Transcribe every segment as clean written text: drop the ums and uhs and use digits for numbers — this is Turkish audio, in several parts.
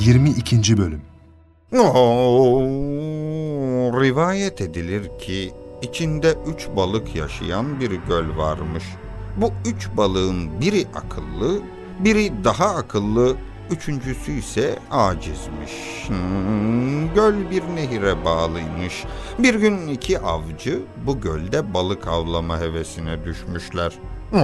22. Bölüm. Rivayet edilir ki içinde 3 balık yaşayan bir göl varmış. Bu 3 balığın biri akıllı, biri daha akıllı, üçüncüsü ise acizmiş. Göl bir nehire bağlıymış. Bir gün 2 avcı bu gölde balık avlama hevesine düşmüşler.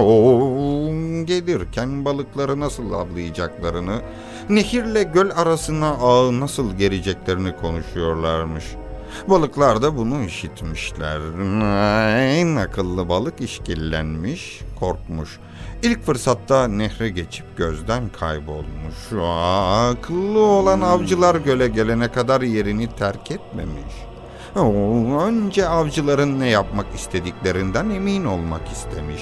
Gelirken balıkları nasıl avlayacaklarını, nehirle göl arasına ağı nasıl gereceklerini konuşuyorlarmış. Balıklar da bunu işitmişler. En akıllı balık işkillenmiş, korkmuş. İlk fırsatta nehre geçip gözden kaybolmuş. Akıllı olan avcılar göle gelene kadar yerini terk etmemiş. Önce avcıların ne yapmak istediklerinden emin olmak istemiş.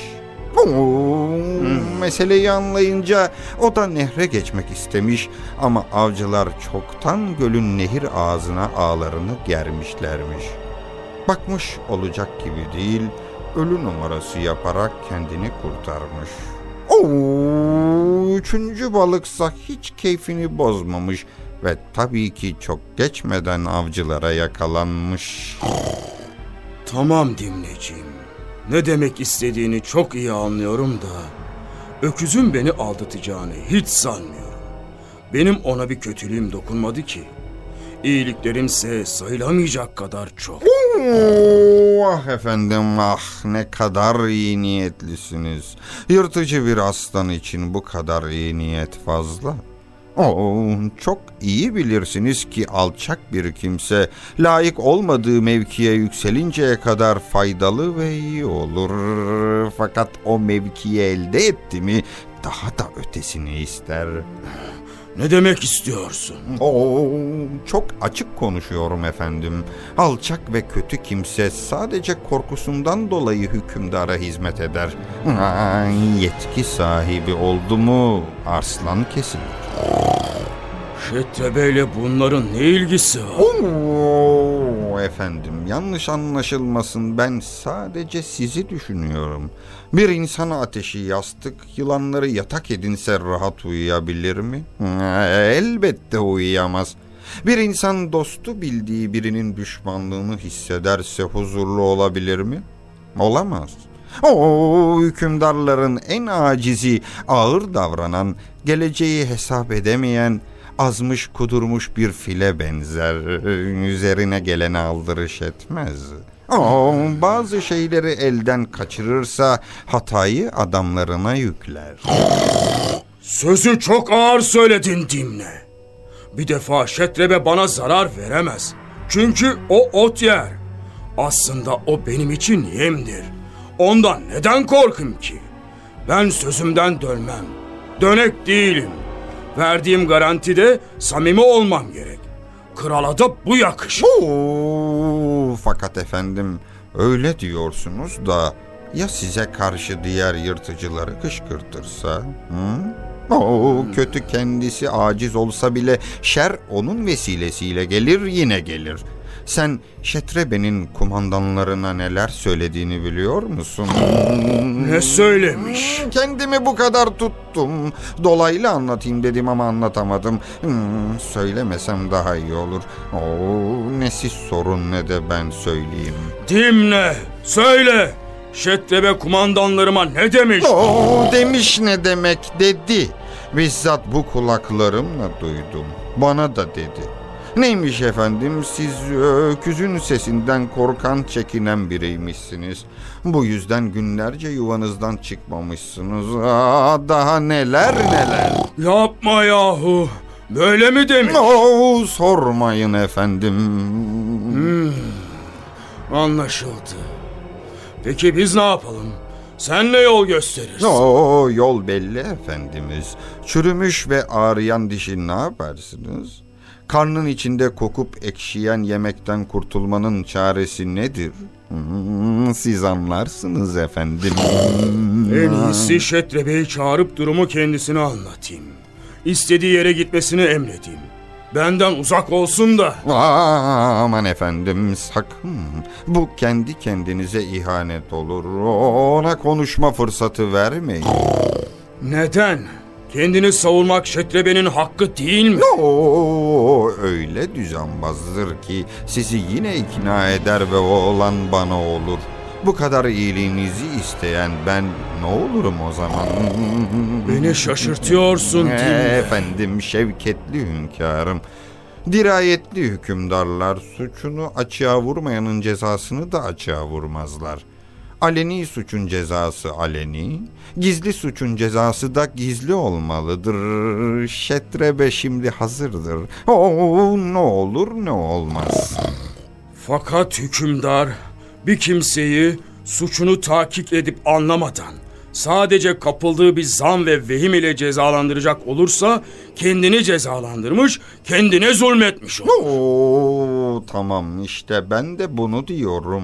Meseleyi anlayınca o da nehre geçmek istemiş ama avcılar çoktan gölün nehir ağzına ağlarını germişlermiş. Bakmış olacak gibi değil, ölü numarası yaparak kendini kurtarmış. Üçüncü balıksa hiç keyfini bozmamış ve tabii ki çok geçmeden avcılara yakalanmış. Tamam Dimneciğim. Ne demek istediğini çok iyi anlıyorum da öküzün beni aldatacağını hiç sanmıyorum. Benim ona bir kötülüğüm dokunmadı ki. İyiliklerimse sayılamayacak kadar çok. Ah efendim, ah ne kadar iyi niyetlisiniz. Yırtıcı bir aslan için bu kadar iyi niyet fazla. Çok iyi bilirsiniz ki alçak bir kimse layık olmadığı mevkiye yükselinceye kadar faydalı ve iyi olur. Fakat o mevkiyi elde etti mi daha da ötesini ister. Ne demek istiyorsun? Çok açık konuşuyorum efendim. Alçak ve kötü kimse sadece korkusundan dolayı hükümdara hizmet eder. Yetki sahibi oldu mu arslan kesilir. Şetrebeyle bunların ne ilgisi var? Efendim, yanlış anlaşılmasın, ben sadece sizi düşünüyorum. Bir insana ateşi yastık, yılanları yatak edinse rahat uyuyabilir mi? Elbette uyuyamaz. Bir insan dostu bildiği birinin düşmanlığını hissederse huzurlu olabilir mi? Olamaz. Hükümdarların en acizi, ağır davranan, geleceği hesap edemeyen, azmış kudurmuş bir file benzer. Üzerine gelene aldırış etmez. Bazı şeyleri elden kaçırırsa hatayı adamlarına yükler. Sözü çok ağır söyledin Dimne. Bir defa Şetrebe bana zarar veremez. Çünkü o ot yer. Aslında o benim için yemdir. Ondan neden korkayım ki? Ben sözümden dönmem. Dönek değilim. Verdiğim garantide samimi olmam gerek. Krala da bu yakışır. Fakat efendim, öyle diyorsunuz da ya size karşı diğer yırtıcıları kışkırtırsa? Kötü kendisi aciz olsa bile şer onun vesilesiyle gelir, yine gelir. Sen Şetrebe'nin kumandanlarına neler söylediğini biliyor musun? Ne söylemiş? Kendimi bu kadar tuttum. Dolaylı anlatayım dedim ama anlatamadım. Söylemesem daha iyi olur. Ne siz sorun ne de ben söyleyeyim. Dimne, söyle. Şetrebe kumandanlarıma ne demiş? Demiş ne demek dedi. Bizzat bu kulaklarımla duydum. Bana da dedi. Neymiş efendim, siz öküzün sesinden korkan, çekinen biriymişsiniz. Bu yüzden günlerce yuvanızdan çıkmamışsınız. Daha neler neler. Yapma yahu. Böyle mi demiş? Sormayın efendim. Anlaşıldı. Peki biz ne yapalım? Sen ne yol gösterirsin? Yol belli efendimiz. Çürümüş ve ağrıyan dişi ne yaparsınız? Karnın içinde kokup ekşiyen yemekten kurtulmanın çaresi nedir? Siz anlarsınız efendim. En iyisi Şetrebe'yi çağırıp durumu kendisine anlatayım. İstediği yere gitmesini emredeyim. Benden uzak olsun da. Aman efendim, sakın. Bu kendi kendinize ihanet olur. Ona konuşma fırsatı vermeyin. Neden? Kendini savunmak Şetrebe'nin hakkı değil mi? O öyle düzenbazdır ki sizi yine ikna eder ve o olan bana olur. Bu kadar iyiliğinizi isteyen ben ne olurum o zaman? Beni şaşırtıyorsun Dimne. Efendim şevketli hünkârım. Dirayetli hükümdarlar suçunu açığa vurmayanın cezasını da açığa vurmazlar. Aleni suçun cezası aleni, gizli suçun cezası da gizli olmalıdır. Şetrebe şimdi hazırdır. Ne olur ne olmaz. Fakat hükümdar bir kimseyi suçunu tahkik edip anlamadan sadece kapıldığı bir zan ve vehim ile cezalandıracak olursa kendini cezalandırmış, kendine zulmetmiş olur. Tamam işte ben de bunu diyorum.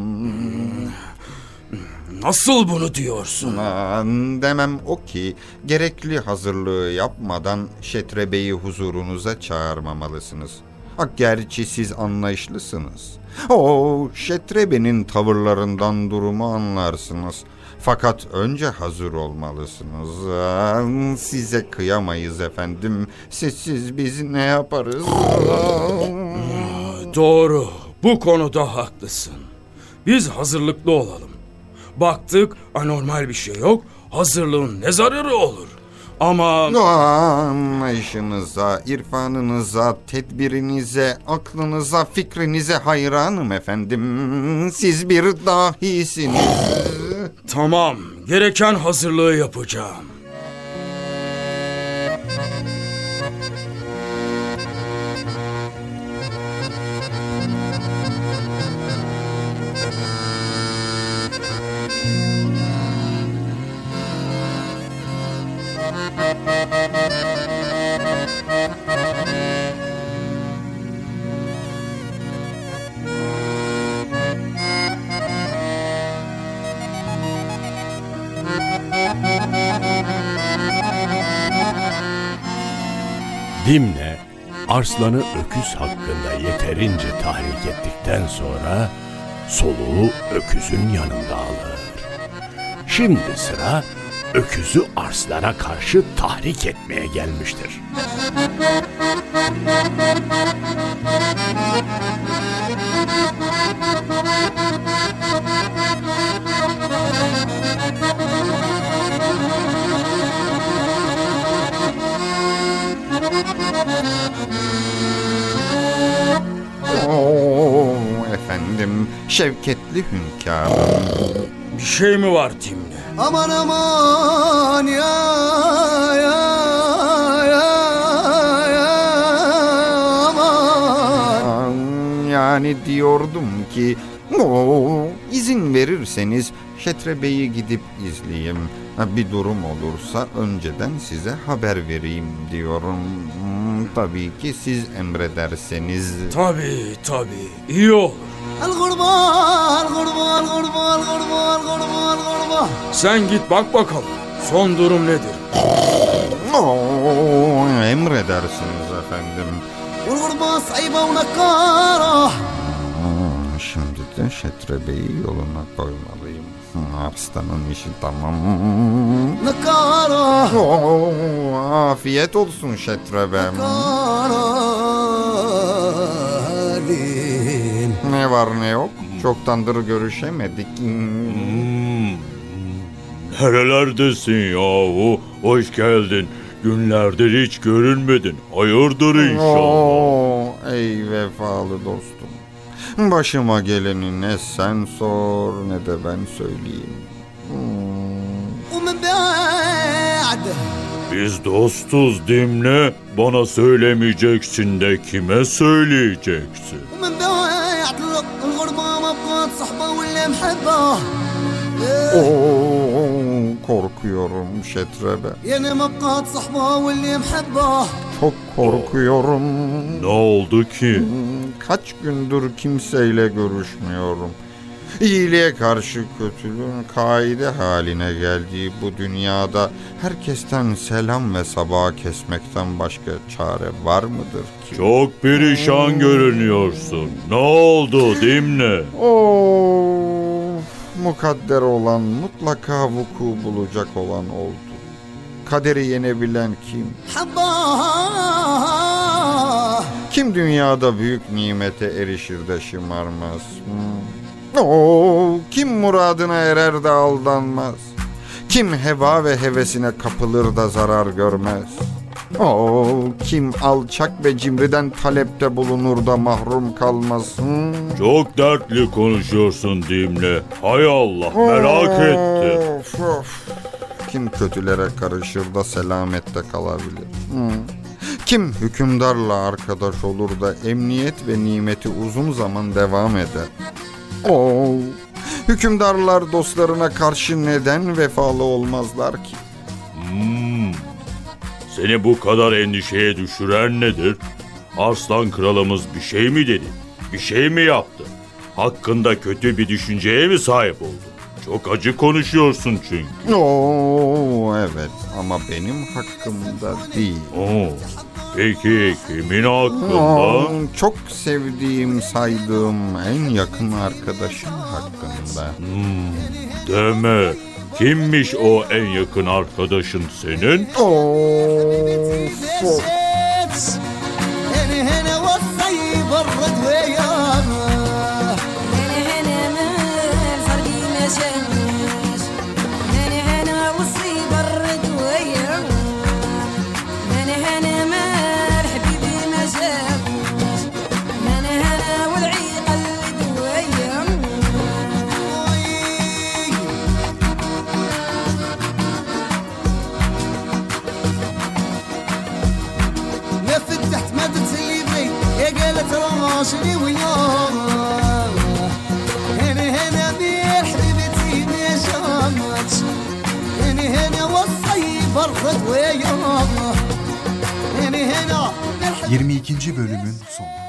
Nasıl bunu diyorsun? Demem o ki gerekli hazırlığı yapmadan Şetrebe'yi huzurunuza çağırmamalısınız. Gerçi siz anlayışlısınız. Şetrebe'nin tavırlarından durumu anlarsınız. Fakat önce hazır olmalısınız. Size kıyamayız efendim. Sizsiz biz ne yaparız? Doğru. Bu konuda haklısın. Biz hazırlıklı olalım. Baktık anormal bir şey yok. Hazırlığın ne zararı olur? Ama... Anlayışınıza, irfanınıza, tedbirinize, aklınıza, fikrinize hayranım efendim. Siz bir dahisiniz. Tamam, gereken hazırlığı yapacağım. Dimne, Arslan'ı öküz hakkında yeterince tahrik ettikten sonra soluğu öküzün yanında alır. Şimdi sıra öküzü Arslan'a karşı tahrik etmeye gelmiştir. Efendim, şevketli hünkârım. Bir şey mi var Dimne? Aman aman ya aman. Yani diyordum ki izin verirseniz Şetrebe'yi gidip izleyeyim. Bir durum olursa önceden size haber vereyim diyorum. Tabii ki siz emrederseniz. Tabii, iyi olur. Sen git bak bakalım. Son durum nedir? Emredersiniz efendim. Şimdi de Şetrebe'yi yoluna koymalıyım. Arslan'ın işi tamam. Afiyet olsun Şetrebe'm. Ne var ne yok? Çoktandır görüşemedik. Nerelerdesin yahu? Hoş geldin. Günlerdir hiç görünmedin. Hayırdır inşallah. Ey vefalı dostum. Başıma geleni ne sen sor ne de ben söyleyeyim. Biz dostuz Dimne. Bana söylemeyeceksin de kime söyleyeceksin? Korkuyorum Şetrebe. Çok korkuyorum. Ne oldu ki? Kaç gündür kimseyle görüşmüyorum. İyiliğe karşı kötülüğün kaide haline geldiği bu dünyada herkesten selam ve sabah kesmekten başka çare var mıdır ki? Çok perişan görünüyorsun. Ne oldu Dimne? Mukadder olan mutlaka vuku bulacak olan oldu. kaderi yenebilen kim? حباه Kim dünyada büyük nimete erişir de şımarmaz? Kim muradına erer de aldanmaz? Kim heva ve hevesine kapılır da zarar görmez? Kim alçak ve cimriden talepte bulunur da mahrum kalmaz? Çok dertli konuşuyorsun Dimne. Hay Allah, merak ettim. Of. Kim kötülere karışır da selamette kalabilir? Kim hükümdarla arkadaş olur da emniyet ve nimeti uzun zaman devam eder? Hükümdarlar dostlarına karşı neden vefalı olmazlar ki? Seni bu kadar endişeye düşüren nedir? Arslan kralımız bir şey mi dedi? Bir şey mi yaptı? Hakkında kötü bir düşünceye mi sahip oldu? Çok acı konuşuyorsun çünkü. Evet ama benim hakkımda değil. Peki kimin hakkında? Çok sevdiğim, saydığım en yakın arkadaşım hakkında. Deme. Kimmiş o en yakın arkadaşın senin? هنا هنا والصيب الرد وياه هنا هنا ما الفرق ما شافش هنا هنا والصيب الرد وياه هنا هنا ما الحبيب ما شافش هنا هنا والعيق الرد وياه يا فتحت ما تسليبي يا قالت راشدي وياه هنا هنا بير حبيبتي ما شامتش هنا هنا والصيب الرد وياه هنا هنا 22. bölümün sonu.